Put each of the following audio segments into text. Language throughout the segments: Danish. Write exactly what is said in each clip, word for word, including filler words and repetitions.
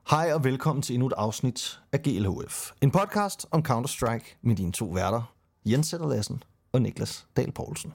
Hej og velkommen til endnu et afsnit af G L H F. En podcast om Counter-Strike med dine to værter, Jens Sætter Lassen og Niklas Dahl Poulsen.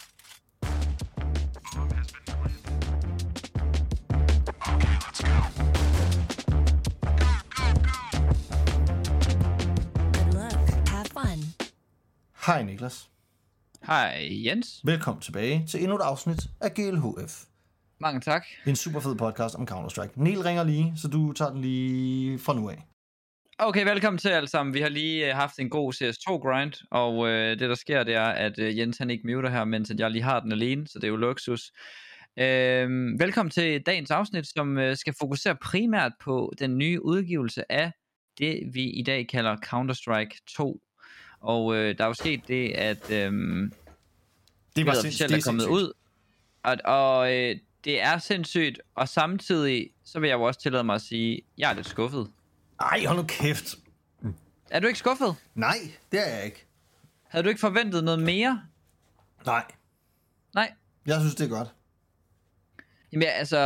Hej Niklas. Hej Jens. Velkommen tilbage til endnu et afsnit af G L H F. Mange tak. En super fed podcast om Counter-Strike. Neil ringer lige, så du tager den lige fra nu af. Okay, velkommen til alle sammen. Vi har lige haft en god C S to grind, og øh, det der sker, det er, at øh, Jens han ikke muter her, mens jeg lige har den alene, så det er jo luksus. Øh, velkommen til dagens afsnit, som øh, skal fokusere primært på den nye udgivelse af det, vi i dag kalder Counter-Strike to. Og øh, der er jo sket det, at øh, det var officielt er kommet ud, og, og øh, det er sindssygt, og samtidig, så vil jeg jo også tillade mig at sige, at jeg er lidt skuffet. Ej, hold nu kæft. Er du ikke skuffet? Nej, det er jeg ikke. Havde du ikke forventet noget mere? Nej. Nej. Jeg synes, det er godt. Jamen altså...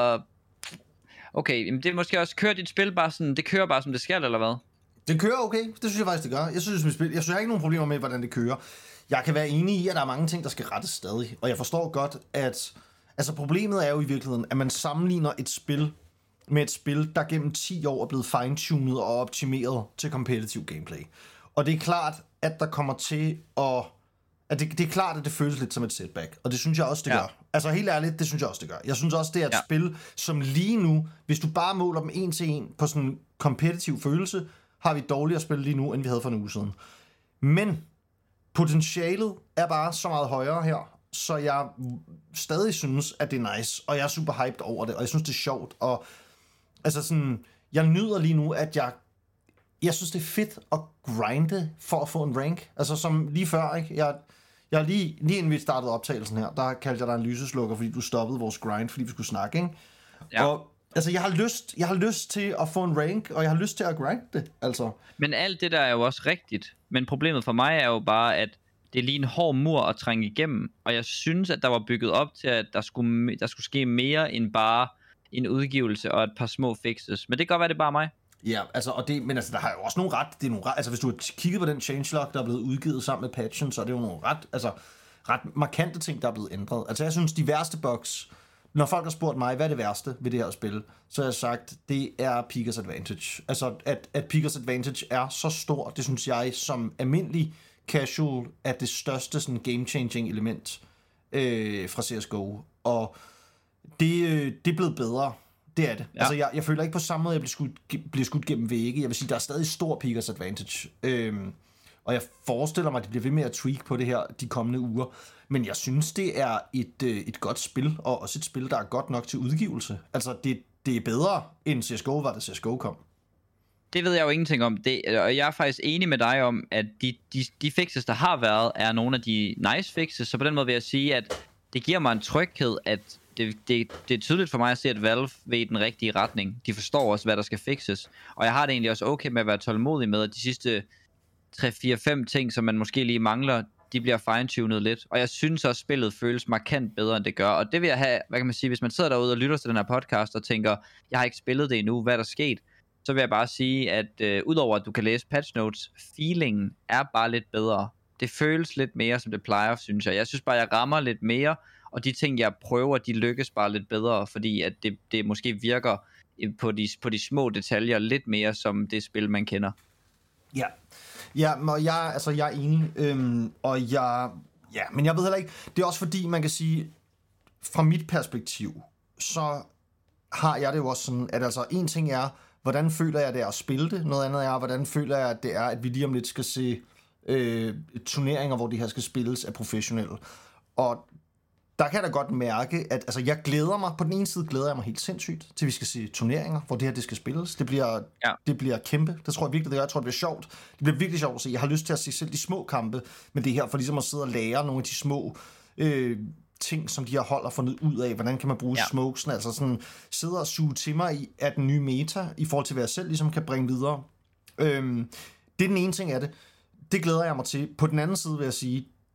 Okay, jamen det er måske også, kører dit spil bare sådan, det kører bare som det skal, eller hvad? Det kører okay, det synes jeg faktisk, det gør. Jeg synes, mit spil, jeg synes, jeg har ikke nogen problemer med, hvordan det kører. Jeg kan være enig i, at der er mange ting, der skal rettes stadig. Og jeg forstår godt, at... Altså problemet er jo i virkeligheden, at man sammenligner et spil med et spil, der gennem ti år er blevet fine-tunet og optimeret til competitive gameplay. Og det er klart, at der kommer til at... at det, det er klart, at det føles lidt som et setback. Og det synes jeg også, det ja. gør. Altså helt ærligt, det synes jeg også, det gør. Jeg synes også, det er et ja. spil, som lige nu, hvis du bare måler dem en til en på sådan en kompetitiv følelse, har vi dårligere spil lige nu, end vi havde for en uge siden. Men potentialet er bare så meget højere her, så jeg stadig synes, at det er nice, og jeg er super hyped over det, og jeg synes, det er sjovt, og altså sådan, jeg nyder lige nu, at jeg, jeg synes, det er fedt at grinde for at få en rank, altså som lige før, ikke? Jeg, jeg lige, lige inden vi startede optagelsen her, der kaldte jeg dig en lyseslukker, fordi du stoppede vores grind, fordi vi skulle snakke, ikke? Ja. Og altså, jeg har lyst, jeg har lyst til at få en rank, og jeg har lyst til at grinde det, altså. Men alt det der er jo også rigtigt, men problemet for mig er jo bare, at det er lige en hård mur at trænge igennem, og jeg synes, at der var bygget op til, at der skulle, der skulle ske mere end bare en udgivelse og et par små fixes. Men det kan godt være, det er bare mig. Ja, altså, og det, men altså, der har jo også nogle ret, det er nogle ret, altså hvis du har kigget på den changelog, der er blevet udgivet sammen med patchen, så er det jo nogle ret, altså, ret markante ting, der er blevet ændret. Altså jeg synes, de værste bugs, når folk har spurgt mig, hvad er det værste ved det her spil, så har jeg sagt, det er Peekers Advantage. Altså, at, at Peekers Advantage er så stor, det synes jeg, som almindelig casual, er det største sådan game-changing element øh, fra C S G O. Og det, øh, det er blevet bedre. Det er det. Ja. Altså, jeg, jeg føler ikke på samme måde, at jeg bliver skudt, bliver skudt gennem vægge. Jeg vil sige, der er stadig stor Peekers Advantage. Øhm, og jeg forestiller mig, at de bliver ved med at tweak på det her de kommende uger. Men jeg synes, det er et, øh, et godt spil, og også et spil, der er godt nok til udgivelse. Altså, det, det er bedre, end C S G O var, da C S G O kom. Det ved jeg jo ingenting om, det, og jeg er faktisk enig med dig om, at de, de, de fixes, der har været, er nogle af de nice fixes, så på den måde vil jeg sige, at det giver mig en tryghed, at det, det, det er tydeligt for mig at se, at Valve vil i den rigtige retning. De forstår også, hvad der skal fixes, og jeg har det egentlig også okay med at være tålmodig med, at de sidste tre, fire, fem ting, som man måske lige mangler, de bliver fine-tunet lidt, og jeg synes også, at spillet føles markant bedre, end det gør, og det vil jeg have, hvad kan man sige, hvis man sidder derude og lytter til den her podcast og tænker, jeg har ikke spillet det endnu, hvad er der sket? Så vil jeg bare sige, at øh, udover at du kan læse patch notes, feelingen er bare lidt bedre. Det føles lidt mere, som det plejer, synes jeg. Jeg synes bare, jeg rammer lidt mere, og de ting, jeg prøver, de lykkes bare lidt bedre, fordi at det, det måske virker på de, på de små detaljer lidt mere, som det spil, man kender. Ja, ja, og jeg, altså, jeg er enig, øhm, og jeg, ja, men jeg ved heller ikke, det er også fordi, man kan sige, fra mit perspektiv, så har jeg det jo også sådan, at altså, en ting er, hvordan føler jeg, det er at spille det? Noget andet er, hvordan føler jeg, at det er, at vi lige om lidt skal se øh, turneringer, hvor det her skal spilles af professionelle. Og der kan jeg da godt mærke, at altså, jeg glæder mig, på den ene side glæder jeg mig helt sindssygt, til vi skal se turneringer, hvor det her det skal spilles. Det bliver, ja. det bliver kæmpe. Det tror jeg virkelig, det gør. Jeg tror, det bliver sjovt. Det bliver virkelig sjovt at se. Jeg har lyst til at se selv de små kampe med det her, for ligesom at sidde og lære nogle af de små øh, ting, som de her hold har fundet ud af, hvordan kan man bruge ja. smokesen, altså sådan sidde og suge til mig i, af den nye meta, i forhold til, hvad jeg selv ligesom kan bringe videre. Øhm, det er den ene ting af det. Det glæder jeg mig til. På den anden side vil jeg sige,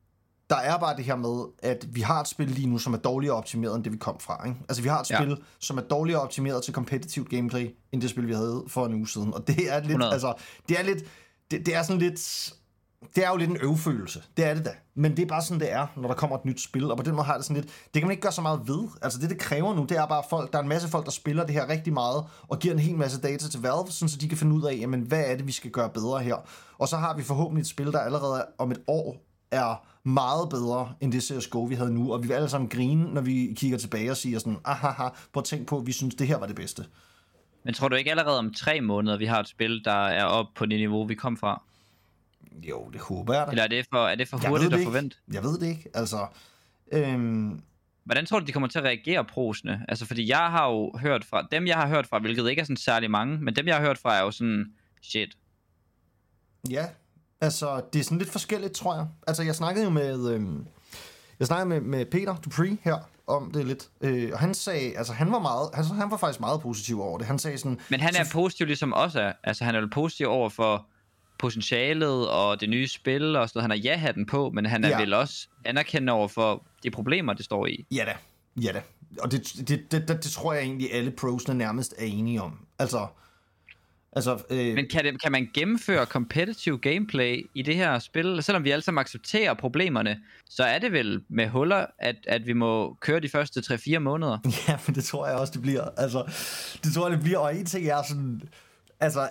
der er bare det her med, at vi har et spil lige nu, som er dårligere optimeret, end det vi kom fra, ikke? Altså, vi har et Ja. spil, som er dårligere optimeret til competitive gameplay, end det spil, vi havde for en uge siden. Og det er lidt, hundrede. altså, det er lidt, det, det er sådan lidt, det er jo lidt en øvfølelse. Det er det da. Men det er bare sådan, det er, når der kommer et nyt spil. Og på den måde har det sådan lidt, det kan man ikke gøre så meget ved. Altså, det, det kræver nu, det er bare folk, der er en masse folk, der spiller det her rigtig meget, og giver en hel masse data til Valve, sådan så de kan finde ud af, jamen, hvad er det, vi skal gøre bedre her. Og så har vi forhåbentlig et spil, der allerede om et år er meget bedre end det C S G O, vi havde nu, og vi vil alle sammen grine, når vi kigger tilbage og siger sådan, ahaha, prøv at tænke på, at vi synes, det her var det bedste. Men tror du ikke allerede om tre måneder, vi har et spil, der er oppe på det niveau, vi kom fra? Jo, det håber jeg da. Eller er det for, er det for Jeg hurtigt ved det at ikke. forvente? Jeg ved det ikke, altså... Øhm, Hvordan tror du, de kommer til at reagere prosende? Altså, fordi jeg har jo hørt fra, dem jeg har hørt fra, hvilket ikke er sådan særlig mange, men dem jeg har hørt fra er jo sådan, shit. ja, altså, det er sådan lidt forskelligt, tror jeg. Altså, jeg snakkede jo med... Øhm, jeg snakkede med, med Peter Dupree her om det lidt, øh, og han sagde, altså han var meget, altså, han var faktisk meget positiv over det. Han sagde sådan... Men han er så, positiv ligesom også er. Altså, han er jo positiv over for potentialet og det nye spil og sådan noget. Han har ja-hatten på, men han er Ja. vel også anerkendende over for de problemer, det står i. Ja da, ja da. Og det, det, det, det, det tror jeg egentlig, alle prosene nærmest er enige om. Altså... altså øh, Men kan, det, kan man gennemføre competitive gameplay i det her spil? Selvom vi alle sammen accepterer problemerne, så er det vel med huller, at, at vi må køre de første tre fire måneder? Ja, men det tror jeg også, det bliver. Altså, det tror jeg, det bliver. Og en ting er sådan... Altså,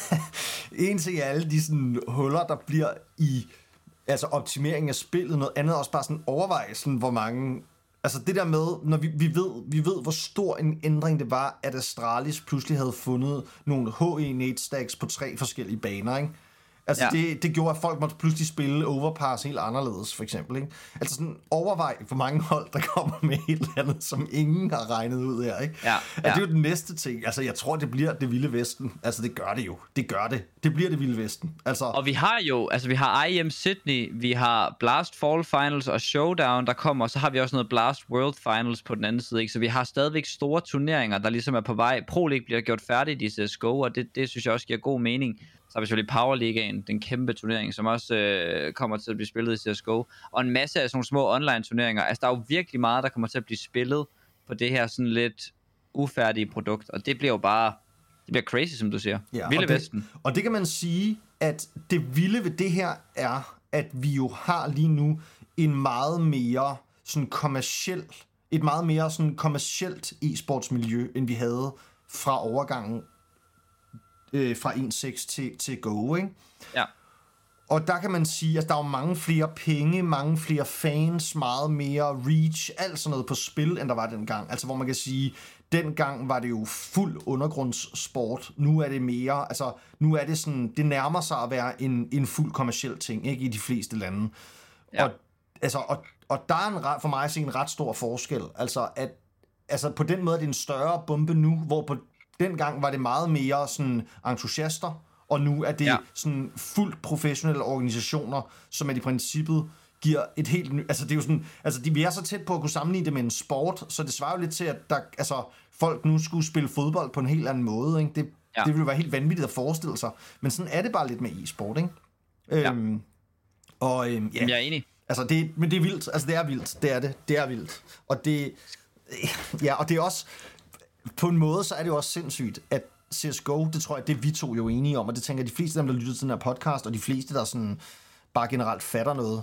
en ting er alle de sådan huller, der bliver i altså optimering af spillet. Noget andet er også bare sådan overvejelsen, hvor mange... Altså det der med, når vi, vi, ved, vi ved, hvor stor en ændring det var, at Astralis pludselig havde fundet nogle H E Nate stacks på tre forskellige baner, ikke? Altså Ja. det, det gjorde, at folk måtte pludselig spille Overpass helt anderledes, for eksempel, ikke? Altså sådan overvej, hvor mange hold, der kommer med et eller andet, som ingen har regnet ud her, ikke? Ja, Altså, ja. det er jo den næste ting. Altså jeg tror, det bliver det vilde vesten. Altså det gør det jo. Det gør det. Det bliver det vilde vesten. Altså... Og vi har jo, altså vi har I M Sydney, vi har Blast Fall Finals og Showdown, der kommer, og så har vi også noget Blast World Finals på den anden side, ikke? Så vi har stadigvæk store turneringer, der ligesom er på vej. Pro League bliver gjort færdigt i C S G O, og det, det synes jeg også giver god mening. Så har vi selvfølgelig Power League'en, den kæmpe turnering, som også øh, kommer til at blive spillet i C S G O. Og en masse af sådan nogle små online turneringer. Altså der er jo virkelig meget, der kommer til at blive spillet på det her sådan lidt ufærdige produkt. Og det bliver jo bare, det bliver crazy, som du siger. Ja, Vilde og det, Vesten. og det kan man sige, at det vilde ved det her er, at vi jo har lige nu en meget mere sådan kommerciel, et meget mere sådan kommercielt e-sportsmiljø, end vi havde fra overgangen øh, fra en punkt seks til, til Go, ikke? Ja. Og der kan man sige, at der er jo mange flere penge, mange flere fans, meget mere reach, alt sådan noget på spil, end der var dengang. Altså hvor man kan sige, dengang var det jo fuld undergrundssport. Nu er det mere, altså nu er det sådan, det nærmer sig at være en, en fuld kommerciel ting, ikke, i de fleste lande. Ja. Og, altså, og, og der er en, ret- for mig at se en ret stor forskel. Altså at, altså på den måde er det en større bombe nu, hvor på dengang var det meget mere sådan entusiaster, og nu er det Ja. sådan fuldt professionelle organisationer, som at i princippet giver et helt nyt... Altså, det er jo sådan... Altså, de, vi er så tæt på at kunne sammenligne det med en sport, så det svarer jo lidt til, at der, altså, folk nu skulle spille fodbold på en helt anden måde, ikke? Det, Ja. det ville jo være helt vanvittigt at forestille sig. Men sådan er det bare lidt med e-sport, ikke? Ja. Øhm, og øhm, ja, Jamen, jeg er enig. altså, det, men det er vildt. Altså, det er vildt. Det er det. Det er vildt. Og det... Ja, og det er også... På en måde, så er det jo også sindssygt, at C S G O, det tror jeg, det er vi to jo enige om, og det tænker jeg, de fleste af dem, der lytter til den her podcast, og de fleste, der sådan bare generelt fatter noget,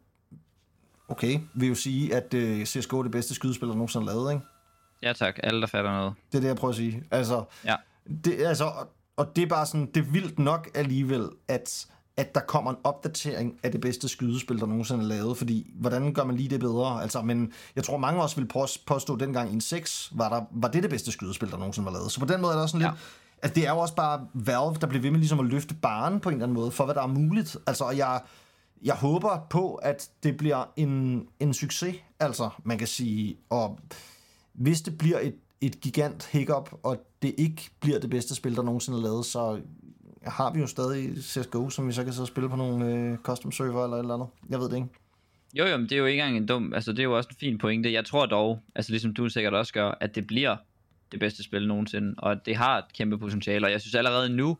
okay, vil jo sige, at uh, C S G O er det bedste skydespil, der nogensinde er lavet, ikke? Ja tak, alle der fatter noget. Det er det, jeg prøver at sige. Altså, Ja. det, altså og, og det er bare sådan, det er vildt nok alligevel, at, at der kommer en opdatering af det bedste skydespil, der nogensinde er lavet, fordi hvordan gør man lige det bedre? Altså, men jeg tror, mange også vil påstå, at dengang i en seks var, der, var det det bedste skydespil, der nogensinde var lavet. Så på den måde er det også sådan Ja. lidt, at det er jo også bare Valve, der bliver ved med ligesom at løfte barren på en eller anden måde, for hvad der er muligt. Altså, og jeg, jeg håber på, at det bliver en, en succes, altså, man kan sige, og hvis det bliver et, et gigant hiccup, og det ikke bliver det bedste spil, der nogensinde er lavet, så har vi jo stadig C S G O, som vi så kan sidde og spille på nogle øh, custom server eller et eller andet. Jeg ved det ikke. Jo jo, men det er jo ikke engang en dum, altså det er jo også en fin pointe. Jeg tror dog, altså ligesom du sikkert også gør, at det bliver det bedste spil nogensinde, og det har et kæmpe potentiale, og jeg synes allerede nu,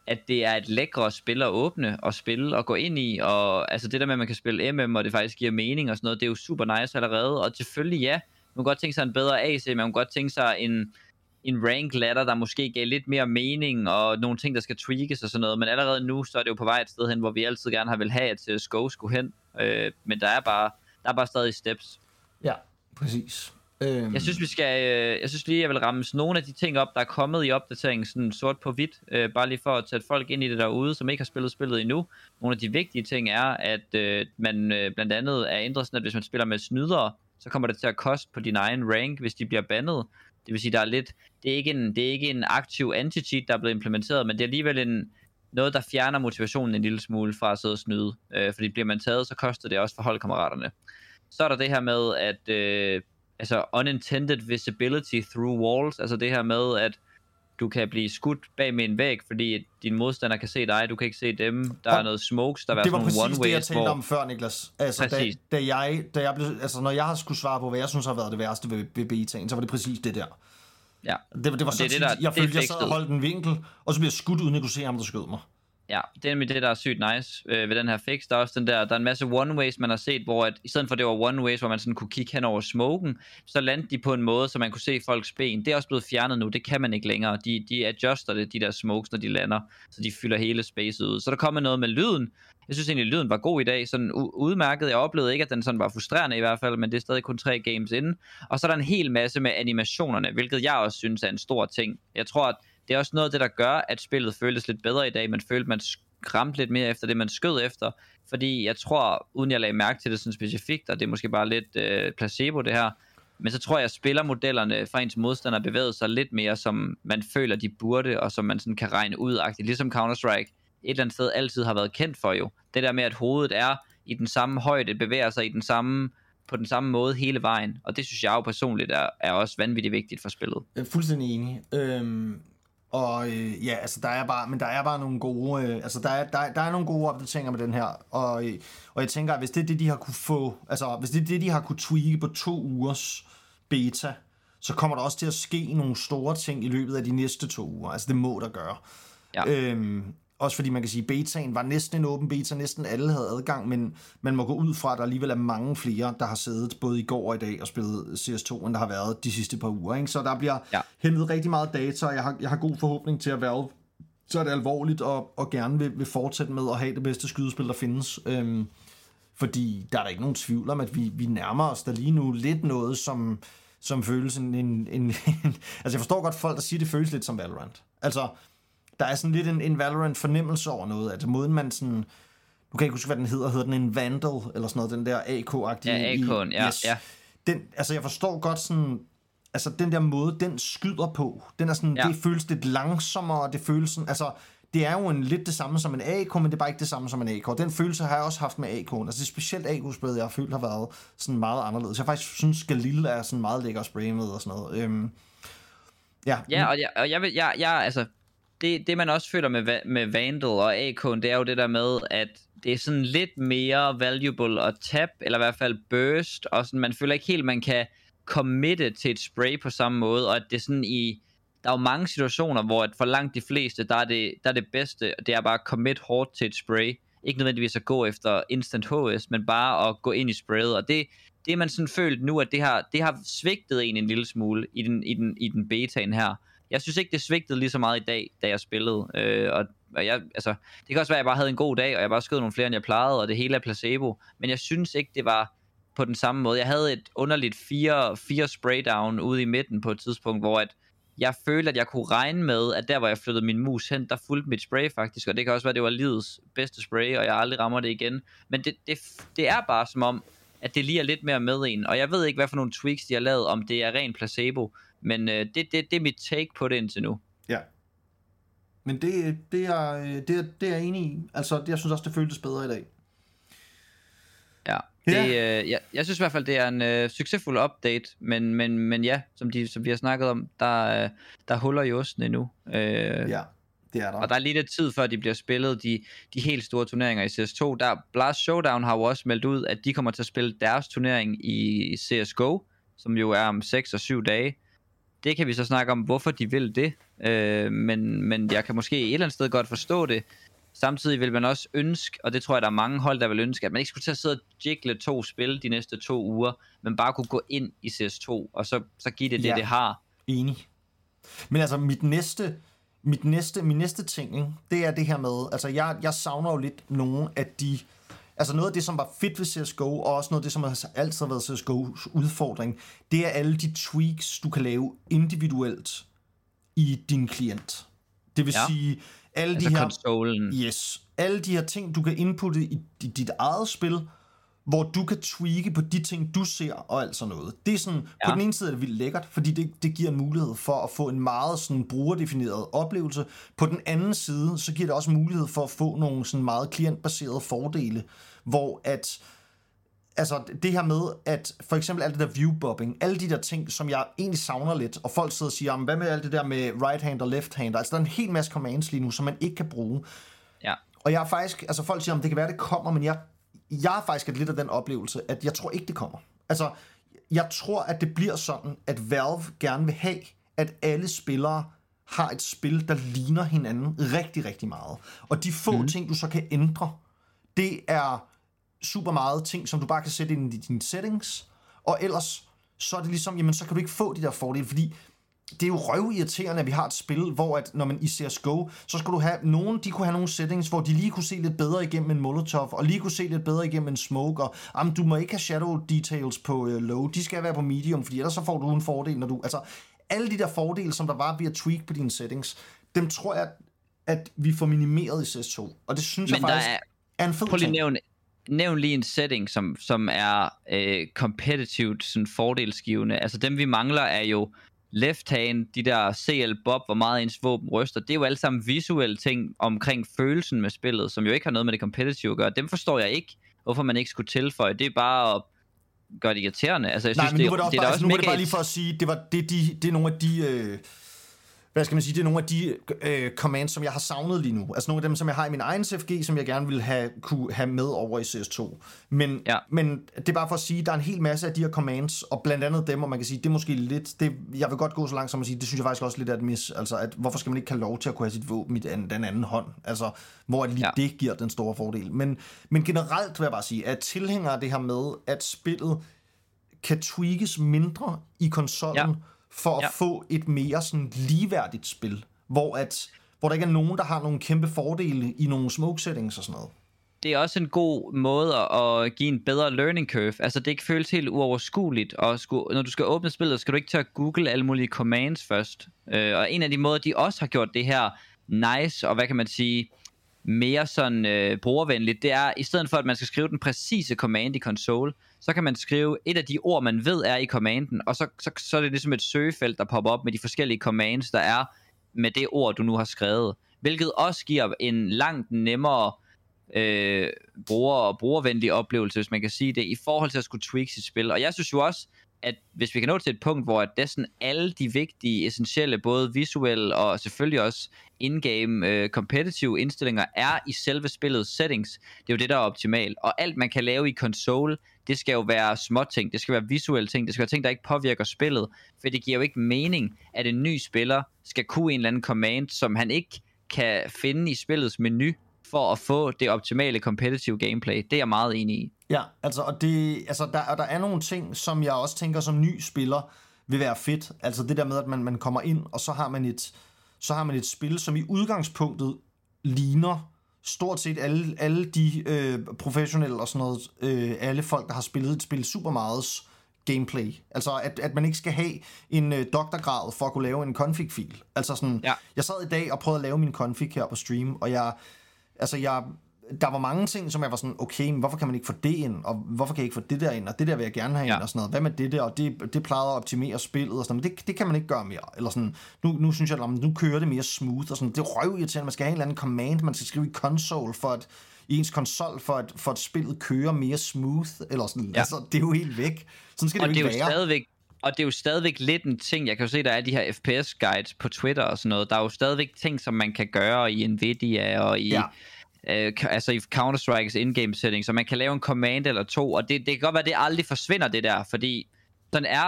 at det er et lækre spil at åbne og spille og gå ind i, og altså det der med, at man kan spille M M, og det faktisk giver mening og sådan noget, det er jo super nice allerede, og selvfølgelig ja, man kan godt tænke sig en bedre A C, man kan godt tænke sig en, en rank ladder, der måske gav lidt mere mening, og nogle ting, der skal tweakes og sådan noget, men allerede nu, så er det jo på vej et sted hen, hvor vi altid gerne har vil have, at C S G O skulle hen, øh, men der er bare, der er bare stadig steps. Ja, præcis. Øhm. Jeg synes, vi skal, øh, jeg synes lige, jeg vil ramme nogle af de ting op, der er kommet i opdateringen, sådan sort på hvidt, øh, bare lige for at tage folk ind i det derude, som ikke har spillet spillet endnu. Nogle af de vigtige ting er, at øh, man øh, blandt andet er ændret sådan, at hvis man spiller med snydere, så kommer det til at koste på din egen rank, hvis de bliver bandet. Det vil sige, der er lidt, det er ikke en, det er ikke en aktiv anti-cheat, der er blevet implementeret, men det er alligevel en, noget, der fjerner motivationen en lille smule fra at sidde og snyde. Øh, fordi bliver man taget, så koster det også for holdkammeraterne. Så er der det her med, at øh, altså unintended visibility through walls, altså det her med, at du kan blive skudt bag med en væg, fordi din modstander kan se dig, du kan ikke se dem, der og er noget smokes, der er sådan nogle one-ways. Det var præcis det, jeg talte hvor... om før, Niklas. Altså, præcis. Da, da, jeg, da jeg blev, altså, når jeg har skulle svare på, hvad jeg synes har været det værste ved, ved betaen, så var det præcis det der. Ja. Det, det var så det, det, der, jeg følte, jeg sad og holdt en vinkel, og så bliver jeg skudt, uden at kunne se ham, der skød mig. Ja, det er nemlig det, der er sygt nice øh, ved den her fix. Der er også den der, der er en masse one-ways, man har set, hvor at, i stedet for det var one-ways, hvor man sådan kunne kigge hen over smoken, så landte de på en måde, så man kunne se folks ben. Det er også blevet fjernet nu, det kan man ikke længere. De, de adjuster det, de der smokes, når de lander, så de fylder hele spacet ud. Så der kommer noget med lyden. Jeg synes egentlig, at lyden var god i dag, sådan u- udmærket. Jeg oplevede ikke, at den sådan var frustrerende i hvert fald, men det er stadig kun tre games inden. Og så er der en hel masse med animationerne, hvilket jeg også synes er en stor ting. Jeg tror, at det er også noget af det, der gør, at spillet føltes lidt bedre i dag. Man følte, man ramte lidt mere efter det, man skød efter. Fordi jeg tror, uden jeg lagde mærke til det sådan specifikt, og det er måske bare lidt øh, placebo det her, men så tror jeg, at spillermodellerne fra ens modstander bevægede sig lidt mere, som man føler, de burde, og som man sådan kan regne ud-agtigt. Ligesom Counter-Strike et eller andet sted altid har været kendt for jo. Det der med, at hovedet er i den samme højde, bevæger sig i den samme, på den samme måde hele vejen. Og det synes jeg jo personligt er, er også vanvittigt vigtigt for spillet. Jeg er fuldstændig enig. Øhm, og øh, ja, altså der er bare, men der er bare nogle gode, øh, altså der er, der, der er nogle gode opdateringer med den her. Og, øh, og jeg tænker, at hvis det er det, de har kunne få, altså hvis det er det, de har kunne tweake på to ugers beta, så kommer der også til at ske nogle store ting i løbet af de næste to uger. Altså det må der gøre. Ja. Øhm, Også fordi man kan sige, at betaen var næsten en åben beta, næsten alle havde adgang, men man må gå ud fra, at der alligevel er mange flere, der har siddet både i går og i dag og spillet C S to, end der har været de sidste par uger. Ikke? Så der bliver ja. hentet rigtig meget data, og jeg har, jeg har god forhåbning til at Valve, så er det alvorligt og, og gerne vil, vil fortsætte med at have det bedste skydespil, der findes. Øhm, fordi der er der ikke nogen tvivl om, at vi, vi nærmer os der lige nu lidt noget, som, som føles en, en, en, en... Altså jeg forstår godt folk, der siger, at det føles lidt som Valorant. Altså... Der er sådan lidt en, en Valorant-fornemmelse over noget, altså måden man sådan, nu kan jeg ikke huske, hvad den hedder, hedder den en Vandal, eller sådan noget, den der A K-agtige. Ja, A K'en, ja, yes. ja. Den, altså jeg forstår godt sådan, altså den der måde, den skyder på, den er sådan, ja. Det føles lidt langsommere, det føles sådan, altså det er jo en, lidt det samme som en A K, men det er bare ikke det samme som en A K. Den følelse har jeg også haft med A K'en, altså det er specielt A K-spillet, jeg har følt har været sådan meget anderledes. Jeg faktisk synes, Galil er sådan meget lækker at spraye med og sådan noget. Øhm, ja, ja, og jeg, og jeg vil, jeg, jeg, altså, Det, det man også føler med, med Vandal og A K'en, det er jo det der med, at det er sådan lidt mere valuable at tap, eller i hvert fald burst, og sådan, man føler ikke helt, man kan committe til et spray på samme måde, og at det er sådan i, der er jo mange situationer, hvor at for langt de fleste, der er det, der er det bedste, det er bare at commit hårdt til et spray, ikke nødvendigvis at gå efter instant H S, men bare at gå ind i sprayet, og det, det er man sådan følt nu, at det har, det har svigtet en en lille smule i den, i den, i den betaen her. Jeg synes ikke, det svigtede lige så meget i dag, da jeg spillede. Øh, og, og jeg, altså, det kan også være, at jeg bare havde en god dag, og jeg bare skød nogle flere, end jeg plejede, og det hele er placebo. Men jeg synes ikke, det var på den samme måde. Jeg havde et underligt fire, fire spraydown ude i midten på et tidspunkt, hvor at jeg følte, at jeg kunne regne med, at der, hvor jeg flyttede min mus hen, der fulgte mit spray faktisk. Og det kan også være, at det var livets bedste spray, og jeg aldrig rammer det igen. Men det, det, det er bare som om, at det lige er lidt mere med en. Og jeg ved ikke, hvad for nogle tweaks, de har lavet, om det er ren placebo. Men øh, det, det, det er mit take på det indtil nu. Ja. Men det, det, er, det, er, det er jeg enig i. Altså, det, jeg synes også, det føltes bedre i dag. Ja. Det, ja. Øh, jeg, jeg synes i hvert fald, det er en øh, succesfuld update. Men, men, men ja, som, de, som vi har snakket om, der, øh, der huller i osten endnu. Øh, ja, det er der. Og der er lige lidt tid før, de bliver spillet, de, de helt store turneringer i C S to. Der, Blast Showdown har jo også meldt ud, at de kommer til at spille deres turnering i C S G O, som jo er om seks og syv dage. det kan vi så snakke om, hvorfor de vil det. Øh, men, men jeg kan måske et eller andet sted godt forstå det. Samtidig vil man også ønske, og det tror jeg, der er mange hold, der vil ønske, at man ikke skulle til at sidde og jiggle to spil de næste to uger, men bare kunne gå ind i C S to, og så, så give det det, ja, det har. Enig. Men altså, mit næste, mit næste, min næste ting, ikke, det er det her med, altså jeg, jeg savner jo lidt nogle af de, altså noget af det, som var fedt ved C S G O, og også noget af det, som har altid har været C S G O's udfordring, det er alle de tweaks, du kan lave individuelt i din klient. Det vil ja. sige, alle altså de her, konsolen. yes, alle de her ting, du kan inputte i, i dit eget spil, hvor du kan tweake på de ting, du ser, og alt sådan noget. Det er sådan, ja. På den ene side er det vildt lækkert, fordi det, det giver en mulighed for at få en meget sådan brugerdefineret oplevelse. På den anden side, så giver det også mulighed for at få nogle sådan meget klientbaserede fordele, hvor at, altså det her med, at for eksempel alt det der viewbobbing, alle de der ting, som jeg egentlig savner lidt, og folk sidder og siger, hvad med alt det der med right hand og left hand, altså der er en hel masse commands lige nu, som man ikke kan bruge. Ja. Og jeg er faktisk, altså folk siger, om det kan være, det kommer, men jeg Jeg har faktisk lidt af den oplevelse, at jeg tror ikke, det kommer. Altså, jeg tror, at det bliver sådan, at Valve gerne vil have, at alle spillere har et spil, der ligner hinanden rigtig, rigtig meget. Og de få mm. ting, du så kan ændre, det er super meget ting, som du bare kan sætte ind i dine settings, og ellers så er det ligesom, jamen så kan du ikke få de der fordele, fordi det er jo røvirriterende, at vi har et spil, hvor at, når man i C S G O, så skal du have nogen, de kunne have nogle settings, hvor de lige kunne se lidt bedre igennem en Molotov, og lige kunne se lidt bedre igennem en Smoke, og jamen, du må ikke have shadow details på uh, low, de skal være på medium, fordi ellers så får du en fordel, når du, altså alle de der fordele, som der var ved at tweak på dine settings, dem tror jeg, at vi får minimeret i C S to, og det synes Men jeg faktisk er, er en fed prøv lige ting. Nævn, nævn lige en setting, som, som er øh, competitivt sådan fordelsgivende, altså dem vi mangler er jo left hand, de der C L Bob, hvor meget ens våben ryster, det er jo alle sammen visuelle ting omkring følelsen med spillet, som jo ikke har noget med det competitive at gøre. Dem forstår jeg ikke, hvorfor man ikke skulle tilføje. Det er bare at gøre det irriterende. Altså, jeg Nej, synes, men nu det, var det også, det er bare, også altså, nu var det bare et... lige for at sige, det, var, det, de, det er nogle af de... Øh hvad skal man sige, det er nogle af de øh, commands, som jeg har savnet lige nu. Altså nogle af dem, som jeg har i min egen C F G, som jeg gerne vil have, kunne have med over i C S to. Men, ja. men det er bare for at sige, at der er en hel masse af de her commands, og blandt andet dem, og man kan sige, det er måske lidt, det, jeg vil godt gå så langt som at sige, det synes jeg faktisk også lidt er et mis. Altså, at hvorfor skal man ikke have lov til at kunne have sit våben i den, den anden hånd? Altså, hvor lige ja. det giver den store fordel. Men, men generelt vil jeg bare sige, at tilhænger af det her med, at spillet kan tweakes mindre i konsollen, ja. for at ja. få et mere sådan ligeværdigt spil, hvor, at, hvor der ikke er nogen, der har nogle kæmpe fordele i nogle smoke settings og sådan noget. Det er også en god måde at give en bedre learning curve. Altså det ikke føles helt uoverskueligt, og skulle, når du skal åbne spillet, skal du ikke til at google alle mulige commands først. Øh, og en af de måder, de også har gjort det her nice, og hvad kan man sige, mere sådan øh, brugervenligt, det er, i stedet for at man skal skrive den præcise command i console, så kan man skrive et af de ord, man ved er i commanden, og så, så, så er det ligesom et søgefelt, der popper op med de forskellige commands, der er med det ord, du nu har skrevet. Hvilket også giver en langt nemmere øh, bruger- og brugervenlig oplevelse, hvis man kan sige det, i forhold til at skulle tweak sit spil. Og jeg synes jo også, at hvis vi kan nå til et punkt, hvor det er sådan alle de vigtige, essentielle, både visuelle og selvfølgelig også in-game øh, competitive indstillinger, er i selve spillets settings. Det er jo det, der er optimalt. Og alt, man kan lave i console, det skal jo være småting, det skal være visuelle ting, det skal være ting, der ikke påvirker spillet. For det giver jo ikke mening, at en ny spiller skal kunne en eller anden command, som han ikke kan finde i spillets menu, for at få det optimale competitive gameplay. Det er jeg meget enig i. Ja, altså, og det, altså der, og der er nogle ting, som jeg også tænker som ny spiller vil være fedt. Altså det der med, at man, man kommer ind, og så har man et, så har man et spil, som i udgangspunktet ligner stort set alle, alle de øh, professionelle og sådan noget, øh, alle folk, der har spillet et spil super meget gameplay. Altså at, at man ikke skal have en øh, doktorgrad for at kunne lave en config-fil. Altså sådan, ja. Jeg sad i dag og prøvede at lave min config her på stream, og jeg, altså jeg der var mange ting, som jeg var sådan, okay, men hvorfor kan man ikke få det ind, og hvorfor kan jeg ikke få det der ind, og det der vil jeg gerne have ja. ind, og sådan noget. Hvad med det der, og det, det plejede at optimere spillet, og sådan noget, men det, det kan man ikke gøre mere. Eller sådan, nu, nu synes jeg, at nu kører det mere smooth, og sådan, det er røvirriterende, man skal have en eller anden command, man skal skrive i console, for at, i ens konsol, for at, for at spillet kører mere smooth, eller sådan, ja. Altså, det er jo helt væk. Sådan skal og det jo ikke det er være. Jo stadigvæk Og det er jo stadigvæk lidt en ting, jeg kan jo se, der er de her F P S guides på Twitter og sådan noget, der er jo stadigvæk ting, som man kan gøre i Nvidia og i... Ja. Øh, altså i Counter-Strike's in-game setting, så man kan lave en command eller to, og det, det kan godt være, at det aldrig forsvinder det der, fordi sådan er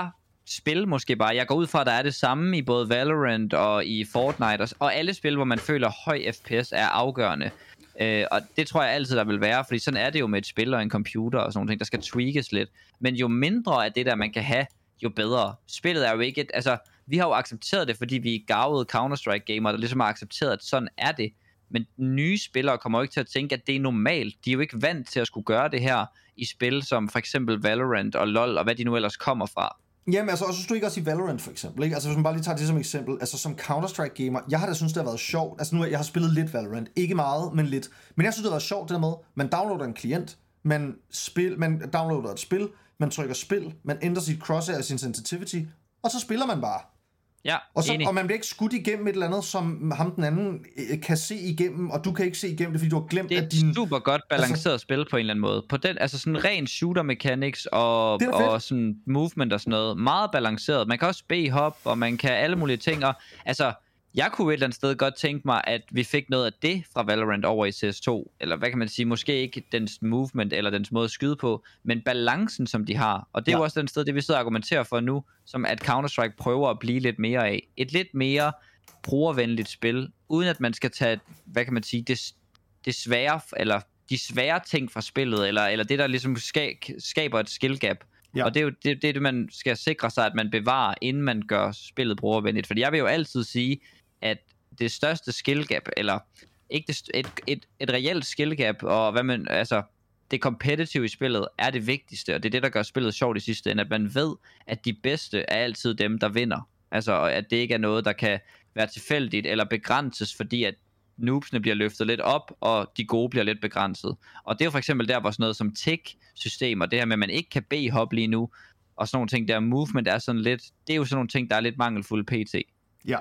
spil måske bare. Jeg går ud fra, at der er det samme i både Valorant og i Fortnite, og, og alle spil, hvor man føler, at høj F P S er afgørende. Øh, og det tror jeg altid, der vil være, fordi sådan er det jo med et spil og en computer og sådan nogle ting, der skal tweakes lidt. Men jo mindre af det der, man kan have, jo bedre. Spillet er jo ikke et, altså, vi har jo accepteret det, fordi vi er garvede Counter-Strike-gamere, der ligesom har accepteret, at sådan er det. Men nye spillere kommer jo ikke til at tænke, at det er normalt. De er jo ikke vant til at skulle gøre det her i spil, som for eksempel Valorant og LoL, og hvad de nu ellers kommer fra. Jamen, altså, og så synes du ikke også i Valorant, for eksempel, ikke? Altså, hvis man bare lige tager det som eksempel, altså, som Counter-Strike-gamer, jeg har da synes, det har været sjovt. Altså, nu, jeg har spillet lidt Valorant. Ikke meget, men lidt. Men jeg synes, det har været sjovt, det der med, man downloader en klient, man, spil, man downloader et spil, man trykker spil, man ændrer sit crosshair og sin sensitivity, og så spiller man bare. Ja, og, så, og man bliver ikke skudt igennem et eller andet, som ham den anden kan se igennem, og du kan ikke se igennem det, fordi du har glemt, at din... Det er et super godt balanceret altså... spil på en eller anden måde. På den, altså sådan ren shooter mechanics og, og sådan movement og sådan noget. Meget balanceret. Man kan også B-hop, og man kan alle mulige ting. Og, altså, jeg kunne et eller andet sted godt tænke mig, at vi fik noget af det fra Valorant over i C S to. Eller hvad kan man sige, måske ikke dens movement eller dens måde at skyde på, men balancen, som de har. Og det er ja. jo også den sted, det vi sidder og argumenterer for nu, som at Counter-Strike prøver at blive lidt mere af. Et lidt mere brugervenligt spil, uden at man skal tage, hvad kan man sige, det, det svære, eller de svære ting fra spillet, eller, eller det, der ligesom skaber et skill gap. Ja. Og det er jo det, det, man skal sikre sig, at man bevarer, inden man gør spillet brugervenligt. Fordi jeg vil jo altid sige, at det største skill gap, eller ikke det, et, et, et reelt skill gap, og hvad man, altså, det competitive i spillet, er det vigtigste, og det er det, der gør spillet sjovt i sidste ende, at man ved, at de bedste er altid dem, der vinder. Altså, at det ikke er noget, der kan være tilfældigt, eller begrænses, fordi at noobsene bliver løftet lidt op, og de gode bliver lidt begrænset. Og det er jo for eksempel der, hvor sådan noget som tick-systemer, det her med, at man ikke kan B-hop lige nu, og sådan nogle ting der, movement er sådan lidt, det er jo sådan nogle ting, der er lidt mangelfulde pt. Ja.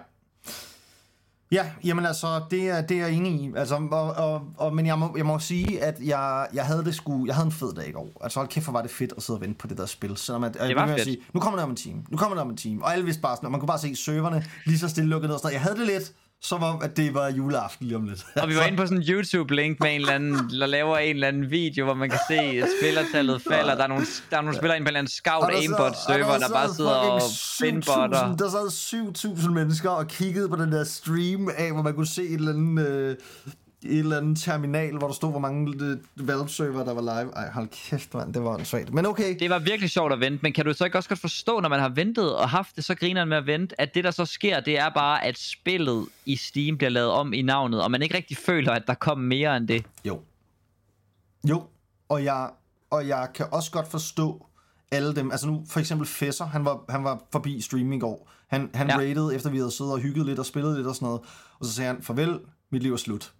Ja, jamen altså, det er, det er jeg enig i. Altså, og, og, og, men jeg må, jeg må sige, at jeg, jeg havde det sgu, jeg havde en fed dag i går. Altså, hold kæft, hvor var det fedt at sidde og vente på det der spil. Selvom at, det var fedt. Sige, nu kommer der om en time, nu kommer der om en time. Og alle vidste bare sådan, og man kunne bare se serverne lige så stille lukket ned og sådan. Jeg havde det lidt, som om, at det var juleaften lige om lidt. Og vi var inde på sådan en YouTube-link med en eller anden, der laver en eller anden video, hvor man kan se, at spillertallet falder. Der er nogle, der er nogle spillere inde på en eller anden scout aimbot-server, der, der bare sidder og pinbotter. Der sad syv tusind mennesker og kiggede på den der stream af, hvor man kunne se et eller andet... Øh, et eller andet terminal, hvor der stod, hvor mange Valve-server, der var live. Ej, hold kæft, mand, det var en svagt. Men okay. Det var virkelig sjovt at vente, men kan du så ikke også godt forstå, når man har ventet og haft det, så griner med at vente, at det, der så sker, det er bare, at spillet i Steam bliver lavet om i navnet, og man ikke rigtig føler, at der kommer mere end det. Jo. Jo, og jeg, og jeg kan også godt forstå alle dem. Altså nu, for eksempel Fesser, han var, han var forbi streaming i går. Han, han ja. rated, efter vi havde siddet og hygget lidt og spillet lidt og sådan noget. Og så sagde han, farvel, mit liv er slut.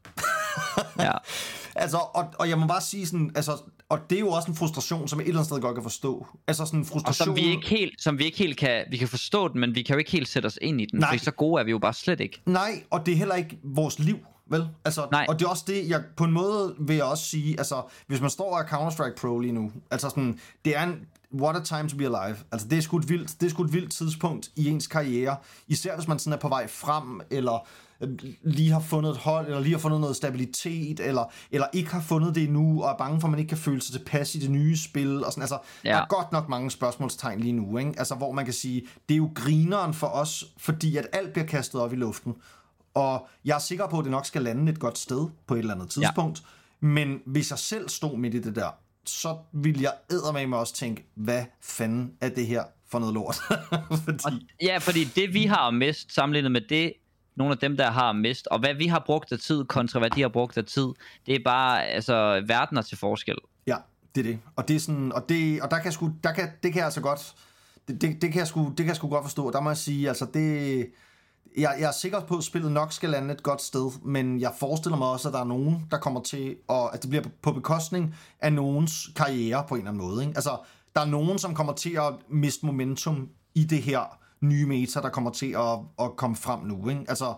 Ja. Altså, og, og jeg må bare sige sådan, altså, og det er jo også en frustration, som jeg et eller andet sted godt kan forstå. Altså sådan en frustration... Og som vi ikke helt, som vi ikke helt kan, vi kan forstå den, men vi kan jo ikke helt sætte os ind i den, for så gode er vi jo bare slet ikke. Nej, og det er heller ikke vores liv, vel? Altså, Nej. Og det er også det, jeg på en måde vil jeg også sige, altså, hvis man står og er Counter-Strike Pro lige nu, altså sådan, det er en, what a time to be alive. Altså, det er sgu et vildt, det er sgu et vildt tidspunkt i ens karriere, især hvis man sådan er på vej frem, eller lige har fundet et hold, eller lige har fundet noget stabilitet, eller, eller ikke har fundet det endnu, og er bange for, at man ikke kan føle sig tilpas i det nye spil, og sådan, altså, ja. Der er godt nok mange spørgsmålstegn lige nu, ikke? Altså, hvor man kan sige, det er jo grineren for os, fordi at alt bliver kastet op i luften, og jeg er sikker på, at det nok skal lande et godt sted, på et eller andet tidspunkt, ja. Men hvis jeg selv stod midt i det der, så ville jeg eddermame også tænke, hvad fanden er det her for noget lort? fordi... Og, ja, fordi det vi har mist, sammenlignet med det, nogle af dem, der har mist, og hvad vi har brugt af tid, kontra hvad de har brugt af tid, det er bare, altså, verdener til forskel. Ja, det er det. Og det er sådan, og det, og der kan sgu, der kan, det kan jeg altså godt, det, det, det kan jeg sgu, det kan jeg sgu godt forstå. Der må jeg sige, altså det, jeg, jeg er sikker på, at spillet nok skal lande et godt sted, men jeg forestiller mig også, at der er nogen, der kommer til, og at det bliver på bekostning af nogens karriere på en eller anden måde, ikke? Altså, der er nogen, som kommer til at miste momentum i det her nye meta, der kommer til at, at komme frem nu, ikke? Altså,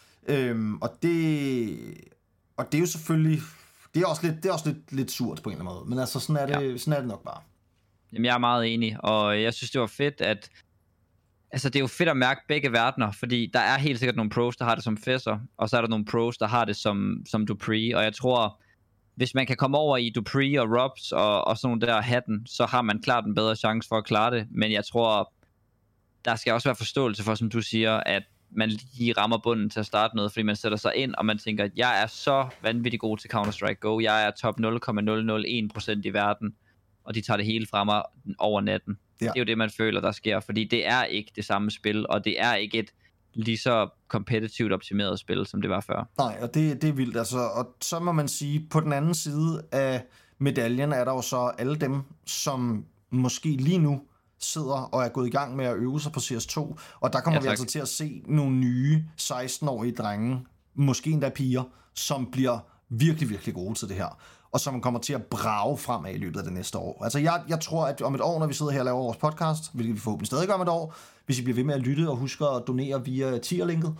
øhm, og det og det er jo selvfølgelig, det er også lidt, det er også lidt, lidt surt på en eller anden måde, men altså, sådan er det, ja. Sådan er det nok bare. Jamen, jeg er meget enig, og jeg synes, det var fedt, at altså, det er jo fedt at mærke begge verdener, fordi der er helt sikkert nogle pros, der har det som Fesser, og så er der nogle pros, der har det som, som Dupree, og jeg tror, hvis man kan komme over i Dupree og Robs og, og sådan nogle der hatten, så har man klart en bedre chance for at klare det, men jeg tror, der skal også være forståelse for, som du siger, at man lige rammer bunden til at starte noget, fordi man sætter sig ind, og man tænker, at jeg er så vanvittig god til Counter-Strike Go, jeg er top nul komma nul nul en procent i verden, og de tager det hele fra mig over natten. Ja. Det er jo det, man føler, der sker, fordi det er ikke det samme spil, og det er ikke et lige så kompetitivt optimeret spil, som det var før. Nej, og det, det er vildt, altså, og så må man sige, på den anden side af medaljen er der jo så alle dem, som måske lige nu sidder og er gået i gang med at øve sig på C S to, og der kommer ja, vi altså til at se nogle nye seksten-årige drenge, måske endda piger, som bliver virkelig, virkelig gode til det her, og som kommer til at brage fremad i løbet af det næste år. Altså jeg, jeg tror, at om et år, når vi sidder her og laver vores podcast, hvilket vi forhåbentlig stadig gør om et år, hvis I bliver ved med at lytte og husker at donere via tier-linket,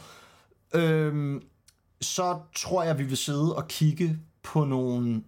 øhm, så tror jeg, at vi vil sidde og kigge på nogle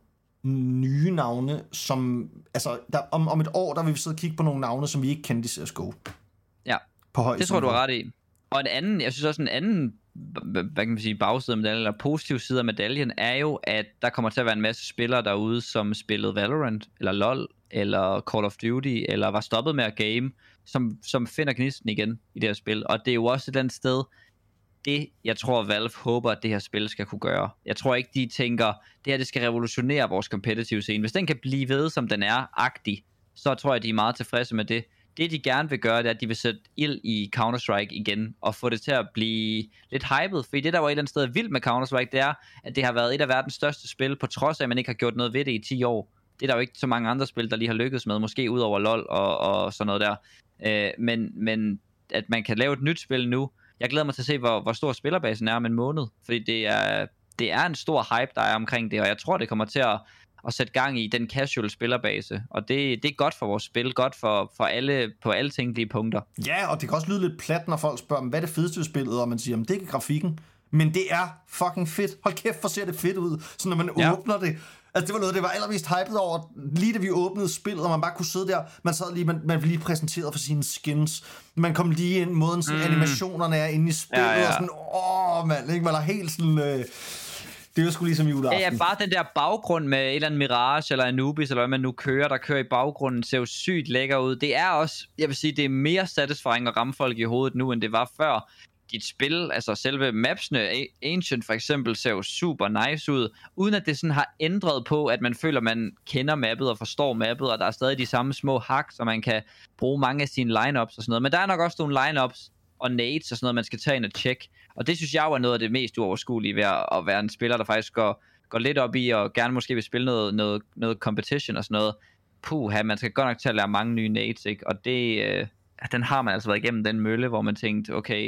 nye navne, som, altså, der, om, om et år, der vil vi sidde og kigge på nogle navne, som vi ikke kendte i C S G O. Ja, på højt det tror du er ret i. Og en anden, jeg synes også en anden, hvad kan man sige, bagside af medaljen, eller positiv side af medaljen, er jo, at der kommer til at være en masse spillere derude, som spillede Valorant, eller LoL, eller Call of Duty, eller var stoppet med at game, som, som finder gnisten igen i det her spil. Og det er jo også et eller andet sted, det, jeg tror, Valve håber, at det her spil skal kunne gøre. Jeg tror ikke, de tænker, det her det skal revolutionere vores competitive scene. Hvis den kan blive ved, som den er, agtig, så tror jeg, de er meget tilfredse med det. Det, de gerne vil gøre, det er, at de vil sætte ild i Counter-Strike igen, og få det til at blive lidt hyped. Fordi det, der var et eller andet sted vildt med Counter-Strike, det er, at det har været et af verdens største spil, på trods af, at man ikke har gjort noget ved det i ti år. Det er der jo ikke så mange andre spil, der lige har lykkedes med, måske ud over LoL og, og sådan noget der. Øh, men, men at man kan lave et nyt spil nu. Jeg glæder mig til at se, hvor, hvor stor spillerbasen er om en måned, fordi det er, det er en stor hype, der er omkring det, og jeg tror, det kommer til at, at sætte gang i den casual spillerbase, og det, det er godt for vores spil, godt for, for alle på alle tænkelige punkter. Ja, og det kan også lyde lidt plat, når folk spørger, hvad er det fedeste ved spillet, og man siger, det er ikke grafikken, men det er fucking fedt. Hold kæft, hvor ser det fedt ud, så når man ja. åbner det. Altså det var noget, det var allermest hypet over, lige da vi åbnede spillet, og man bare kunne sidde der, man sad lige, man, man blev lige præsenteret for sine skins, man kom lige ind, måden sådan, mm. animationerne er inde i spillet, ja, ja. og sådan, åh mand, ikke? Man er helt sådan, øh, det var sgu ligesom juleaften. Ja, ja, bare den der baggrund med et eller andet Mirage, eller Anubis, eller hvad man nu kører, der kører i baggrunden, ser jo sygt lækker ud. Det er også, jeg vil sige, det er mere satisfying at ramme folk i hovedet nu, end det var før. Dit spil, altså selve mapsene, Ancient for eksempel, ser jo super nice ud, uden at det sådan har ændret på, at man føler, man kender mappet og forstår mappet, og der er stadig de samme små hacks, så man kan bruge mange af sine lineups og sådan noget. Men der er nok også nogle lineups og nades og sådan noget, man skal tage ind og tjekke. Og det synes jeg jo er noget af det mest uoverskuelige ved at være en spiller, der faktisk går, går lidt op i, og gerne måske vil spille noget, noget, noget competition og sådan noget. Puha, man skal godt nok til at lære mange nye nades, ikke? Og det, øh, den har man altså været igennem den mølle, hvor man tænkte, okay,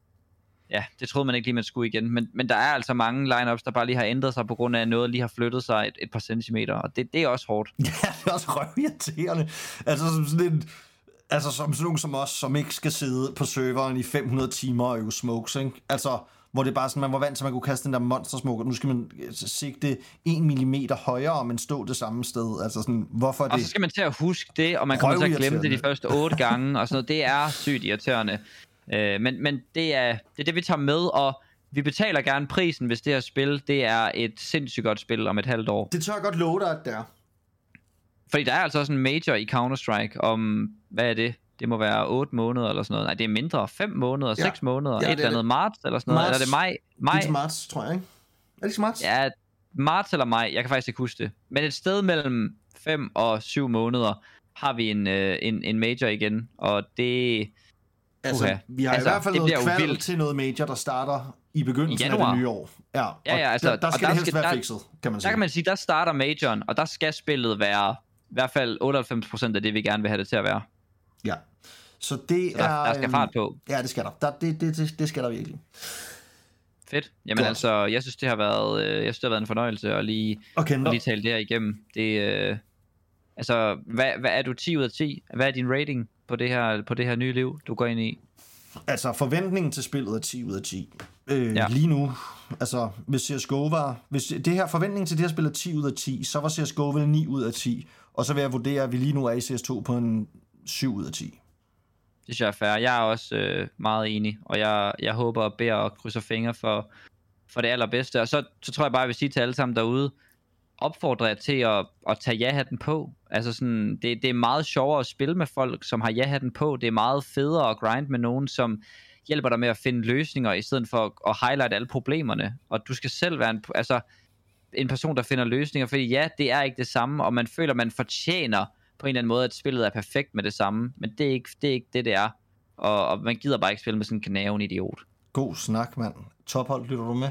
ja, det troede man ikke lige, man skulle igen. Men, men der er altså mange lineups, der bare lige har ændret sig på grund af, at noget lige har flyttet sig et, et par centimeter. Og det, det er også hårdt. Ja, det er også røvirriterende. Altså som sådan en, altså som sådan nogen som os, som ikke skal sidde på serveren i fem hundrede timer og øve smokes, ikke? Altså, hvor det er bare sådan, man var vant til, at man kunne kaste den der monster smoke, og nu skal man sigte en millimeter højere, men stå det samme sted. Altså sådan, hvorfor det? Og så skal man til at huske det, og man kommer til at glemme det de første otte gange, og sådan noget. Det er sygt irriterende. Øh, men, men det er, det er det, vi tager med, og vi betaler gerne prisen, hvis det her spil, det er et sindssygt godt spil om et halvt år. Det tør jeg godt love dig, at det er. Fordi der er altså også en major i Counter-Strike om, hvad er det? Det må være otte måneder eller sådan noget. Nej, det er mindre. fem måneder, ja. seks måneder, ja, et eller andet marts eller sådan noget. Marts. Eller er det maj? maj? Det er marts, tror jeg, ikke? Er det ikke marts? Ja, marts eller maj. Jeg kan faktisk ikke huske det. Men et sted mellem fem og syv måneder har vi en, øh, en, en major igen, og det... Altså, Uha. vi har altså, i hvert fald noget kval til noget major, der starter i begyndelsen I af det nye år. Ja, ja, ja altså, der, der skal og det helst skal, være der, fikset, kan man sige. Der kan man sige, der starter majoren, og der skal spillet være i hvert fald otteoghalvfems procent af det, vi gerne vil have det til at være. Ja, så det så der, er... der skal fart på. Ja, det skal der. der det, det, det, det skal der virkelig. Fedt. Jamen Godt. altså, jeg synes, det har været, jeg synes, det har været en fornøjelse at lige, okay, at lige tale det her igennem. Det, øh, altså, hvad, hvad er du ti ud af ti? Hvad er din rating på det her, på det her nye liv, du går ind i? Altså, forventningen til spillet er ti ud af ti. Øh, ja. Lige nu, altså, hvis C S G O var... Hvis det her forventning til det her spil er ti ud af ti, så var C S G O vel ni ud af ti. Og så vil jeg vurdere, at vi lige nu er i C S to på en syv ud af ti. Det synes jeg er fair. Jeg er også øh, meget enig, og jeg, jeg håber og beder og krydser fingre for, for det allerbedste. Og så, så tror jeg bare, jeg vil sige til alle sammen derude, opfordrer jeg til at, at tage ja-hatten på. Altså sådan, det, det er meget sjovere at spille med folk, som har ja-hatten på. Det er meget federe at grind med nogen, som hjælper dig med at finde løsninger, i stedet for at highlight alle problemerne. Og du skal selv være en, altså, en person, der finder løsninger, fordi ja, det er ikke det samme, og man føler, man fortjener på en eller anden måde, at spillet er perfekt med det samme. Men det er ikke det, er ikke det, det er. Og, og man gider bare ikke spille med sådan en kanaven idiot. God snak, mand. Tophold, lytter du med?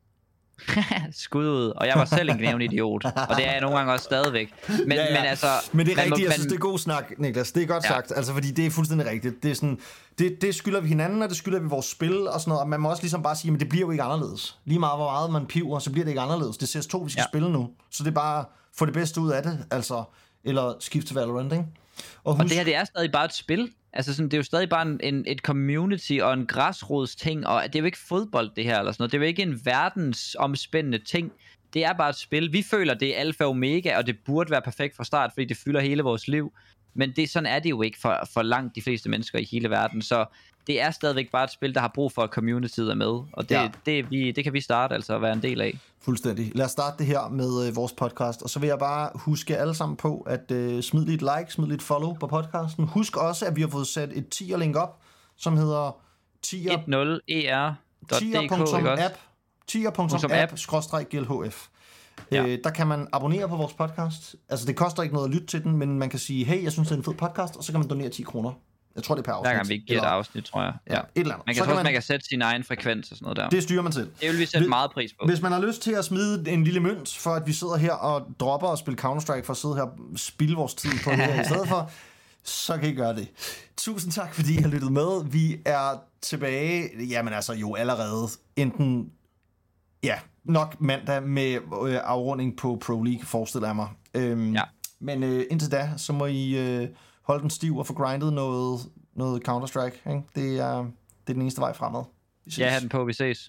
Skud ud. Og jeg var selv en gnævende idiot. Og det er jeg nogle gange også stadigvæk. Men, ja, ja. men altså... Men det er rigtigt, må, jeg synes, det er god snak, Niklas. Det er godt ja. sagt. Altså, fordi det er fuldstændig rigtigt. Det er sådan... Det, det skylder vi hinanden, og det skylder vi vores spil og sådan noget. Og man må også ligesom bare sige, men det bliver jo ikke anderledes. Lige meget hvor meget man piver, så bliver det ikke anderledes. Det er C S to, vi skal ja. spille nu. Så det er bare få det bedste ud af det. Altså, eller skifte til Valorant, ikke? Og, husk... og det her, det er stadig bare et spil. Altså sådan, det er jo stadig bare en, en, et community og en græsrods ting, og det er jo ikke fodbold det her eller sådan noget. Det er jo ikke en verdensomspændende ting. Det er bare et spil. Vi føler, det er alfa og omega, og det burde være perfekt fra start, fordi det fylder hele vores liv. Men det, sådan er det jo ikke for, for langt de fleste mennesker i hele verden. Så det er stadigvæk bare et spil, der har brug for, at communityet er med. Og det, ja. det, vi, det kan vi starte altså at være en del af. Fuldstændig. Lad os starte det her med øh, vores podcast. Og så vil jeg bare huske alle sammen på, at øh, smid lidt like, smid lidt follow på podcasten. Husk også, at vi har fået sat et tier-link op, som hedder tier ti er punktum app tier punktum app skråstreg G L H F. Ja. Øh, der kan man abonnere på vores podcast. Altså det koster ikke noget at lytte til den, men man kan sige, hey, jeg synes det er en fed podcast, og så kan man donere ti kroner. Jeg tror det er per afsnit. Hver gang vi giver et afsnit, tror jeg. Ja, et eller andet. Man kan så også, man... man kan sætte sin egen frekvens og sådan noget der. Det styrer man selv. Det vil vi sætte meget pris på. Hvis man har lyst til at smide en lille mønt, for at vi sidder her og dropper og spille Counter-Strike, for at sidde her og spilde vores tid på det her i stedet for, så kan I gøre det. Tusind tak, fordi I har lyttet med. Vi er tilbage, jamen altså jo allerede, enten, ja, nok mandag med øh, afrunding på Pro League, forestiller jeg mig. Øhm, ja. Men øh, indtil da, så må I øh, holde den stiv og få grindet noget, noget Counter-Strike. Ikke? Det, er, det er den eneste vej fremad. Ja, have den på, vi ses.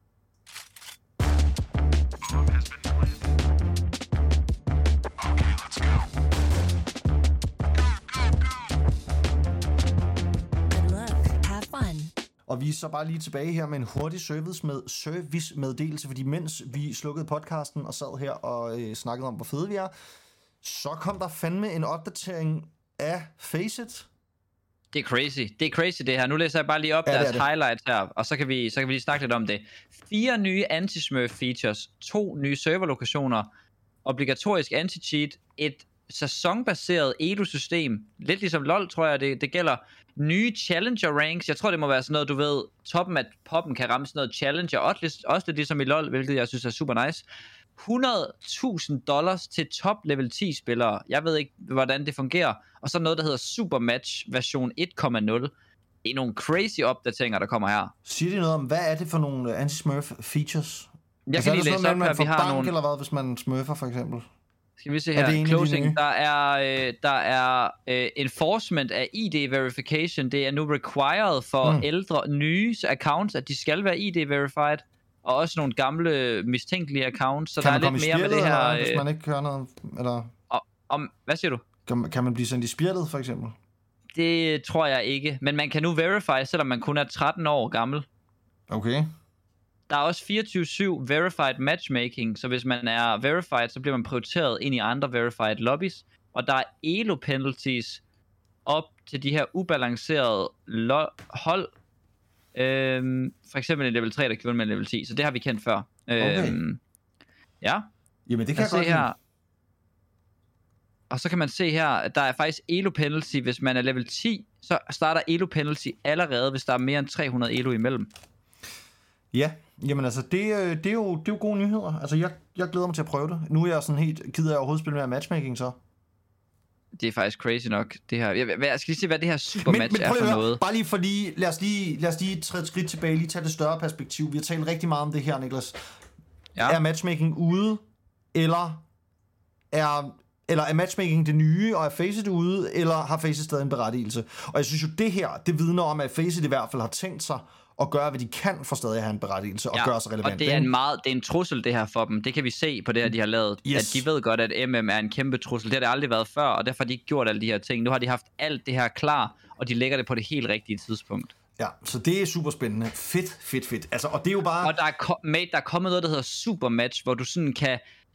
Og vi er så bare lige tilbage her med en hurtig service med service meddelelse, fordi mens vi slukkede podcasten og sad her og øh, snakkede om, hvor fede vi er, så kom der fandme en opdatering af Faceit. Det er crazy. Det er crazy det her. Nu læser jeg bare lige op ja, deres highlights her, og så kan vi så kan vi lige snakke lidt om det. Fire nye anti-smurf features, to nye serverlokationer, obligatorisk anti-cheat, et sæsonbaseret elo-system, lidt ligesom LoL, tror jeg, det, det gælder. Nye challenger ranks, jeg tror det må være sådan noget, du ved, toppen af poppen kan ramme sådan noget challenger, også lidt ligesom i LoL, hvilket jeg synes er super nice. hundrede tusind dollars til top level ti spillere, jeg ved ikke hvordan det fungerer, og så noget der hedder Supermatch version et komma nul. Det er nogle crazy opdateringer der kommer her. Siger de noget om, hvad er det for nogle anti-smurf features? Jeg altså, kan lige læse op her, vi har bank, nogle... eller hvad, hvis man smurfer for eksempel? Skal vi se her, er closing, der er, øh, der er øh, enforcement af I D verification, det er nu required for mm. ældre, nye accounts, at de skal være I D verified, og også nogle gamle, mistænkelige accounts, så kan der er lidt mere med det her... Eller, hvis man ikke kører noget, eller... Og, om, hvad siger du? Kan, kan man blive sendt i spjældet, for eksempel? Det tror jeg ikke, men man kan nu verify, selvom man kun er tretten år gammel. Okay. Der er også fireogtyve syv verified matchmaking, så hvis man er verified, så bliver man prioriteret ind i andre verified lobbies. Og der er elo penalties op til de her ubalancerede lo- hold. Øhm, for eksempel en level tre, der gjorde med en level ti, så det har vi kendt før. Okay. Øhm, ja. Jamen det kan jeg godt her. Og så kan man se her, at der er faktisk elo penalty, hvis man er level ti, så starter elo penalty allerede, hvis der er mere end tre hundrede elo imellem. Ja, jamen altså, det, det, er, jo, det er jo gode nyheder. Altså, jeg, jeg glæder mig til at prøve det. Nu er jeg sådan helt, gider jeg overhovedet spille med matchmaking så? Det er faktisk crazy nok, det her. Jeg, jeg skal lige se, hvad det her supermatch men, men er for noget. Bare lige for lige, lad os lige, lad os lige træde et skridt tilbage, lige tage det større perspektiv. Vi har talt rigtig meget om det her, Niklas. Ja. Er matchmaking ude, eller er, eller er matchmaking det nye, og er Faceit ude, eller har Faceit stadig en berettigelse? Og jeg synes jo, det her, det vidner om, at Faceit i hvert fald har tænkt sig og gøre, hvad de kan for stadig at have en berettigelse og ja, gøre sig relevant. Og det er en meget, det er en trussel det her for dem. Det kan vi se på det her, de har lavet. Yes. At de ved godt, at M M er en kæmpe trussel. Det har det aldrig været før, og derfor har de ikke gjort alle de her ting. Nu har de haft alt det her klar, og de lægger det på det helt rigtige tidspunkt. Ja, så det er super spændende. Fedt, fedt, fedt. Altså, og det er jo bare... Og der er, mate, der er kommet noget, der hedder Supermatch, hvor du sådan kan...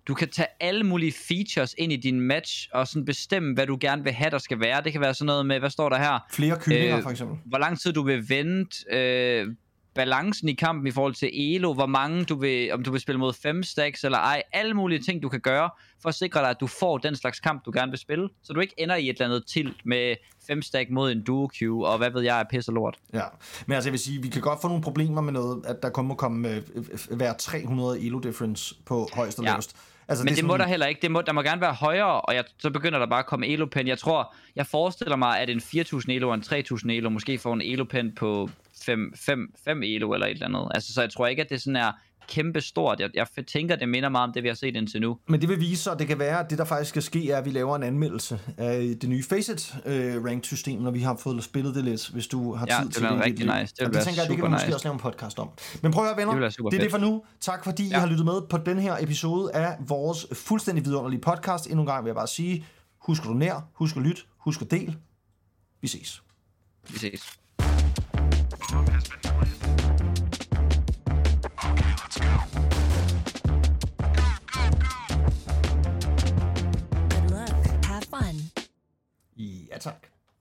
du kan tage alle mulige features ind i din match, og sådan bestemme, hvad du gerne vil have, der skal være. Det kan være sådan noget med, hvad står der her? Flere kyllinger, øh, for eksempel. Hvor lang tid du vil vente, øh, balancen i kampen i forhold til elo, hvor mange du vil, om du vil spille mod fem stacks eller ej, alle mulige ting du kan gøre, for at sikre dig, at du får den slags kamp, du gerne vil spille, så du ikke ender i et eller andet tilt med fem stack mod en duo queue, og hvad ved jeg er pisse lort. Ja, men altså jeg vil sige, vi kan godt få nogle problemer med noget, at der kun må komme øh, være tre hundrede elo difference på højst og ja. lavest. Altså, men det, det sådan... må der heller ikke. Det må, der må gerne være højere, og jeg, så begynder der bare at komme elo-pen. Jeg tror, jeg forestiller mig, at en fire tusind elo og en tre tusind elo måske får en elo-pen på fem elo eller et eller andet. Altså, så jeg tror ikke, at det sådan er kæmpe stort. Jeg, jeg tænker, det minder meget om det, vi har set indtil nu. Men det vil vise sig, at det kan være, at det der faktisk skal ske, er, at vi laver en anmeldelse af det nye Faceit øh, ranked-system, når vi har fået spillet det lidt, hvis du har ja, tid det til det. Ja, det er rigtig nice. Det vil være tænker jeg, det kan vi måske nice. også lave en podcast om. Men prøv at høre, venner. Det, det er det for nu. Tak fordi ja. I har lyttet med på den her episode af vores fuldstændig vidunderlige podcast. Endnu en gang vil jeg bare sige, husk at donere, husk at lytte, husk at del. Vi ses. Vi ses.